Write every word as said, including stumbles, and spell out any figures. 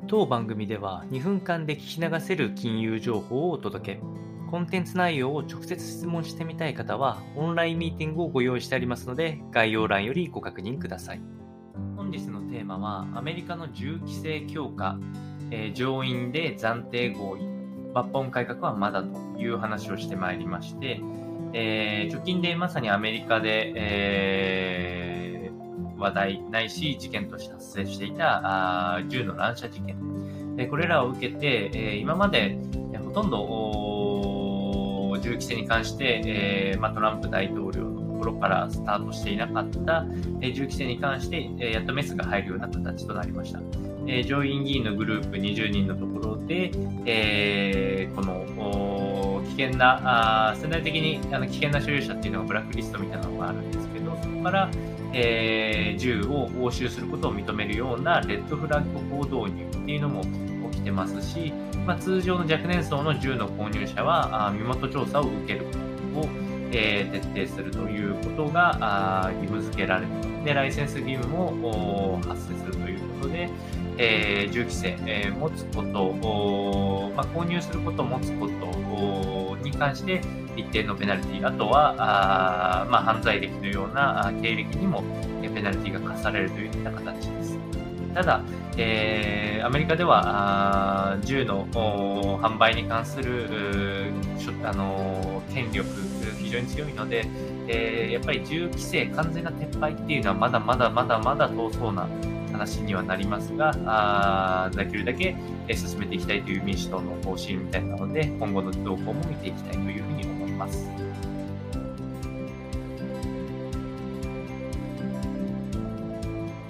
当番組ではにふんかんで聞き流せる金融情報をお届け。コンテンツ内容を直接質問してみたい方はオンラインミーティングをご用意してありますので、概要欄よりご確認ください。本日のテーマはアメリカの銃規制強化、えー、上院で暫定合意、抜本改革はまだという話をしてまいりまして、えー、直近でまさにアメリカで、えー、話題ないし事件として発生していたあ銃の乱射事件、えー、これらを受けて、えー、今まで、えー、ほとんど銃規制に関して、えーまあ、トランプ大統領のところからスタートしていなかった、えー、銃規制に関して、えー、やっとメスが入るような形となりました。えー、上院議員のグループにじゅうにんのところで、えー、この危険なあ世代的にあの危険な所有者っていうのがブラックリストみたいなのがあるんですけど、そこから、えー、銃を押収することを認めるようなレッドフラッグ法導入っていうのも起きてますし、まあ、通常の若年層の銃の購入者はあ身元調査を受けることを、えー、徹底するということがあ義務付けられる。で、ライセンス義務も発生するということで、えー、銃規制、えー、持つことを、まあ、購入することを持つことに関して一定のペナルティ、あとはあ、まあ、犯罪歴のような経歴にもペナルティが課されるといった形です。ただ、えー、アメリカでは銃の販売に関するあの権力非常に強いので、えー、やっぱり銃規制完全な撤廃っていうのはまだまだまだまだ遠そうな話にはなりますが、あできるだけ進めていきたいという民主党の方針みたいなので、今後の動向も見ていきたいというふうに思います。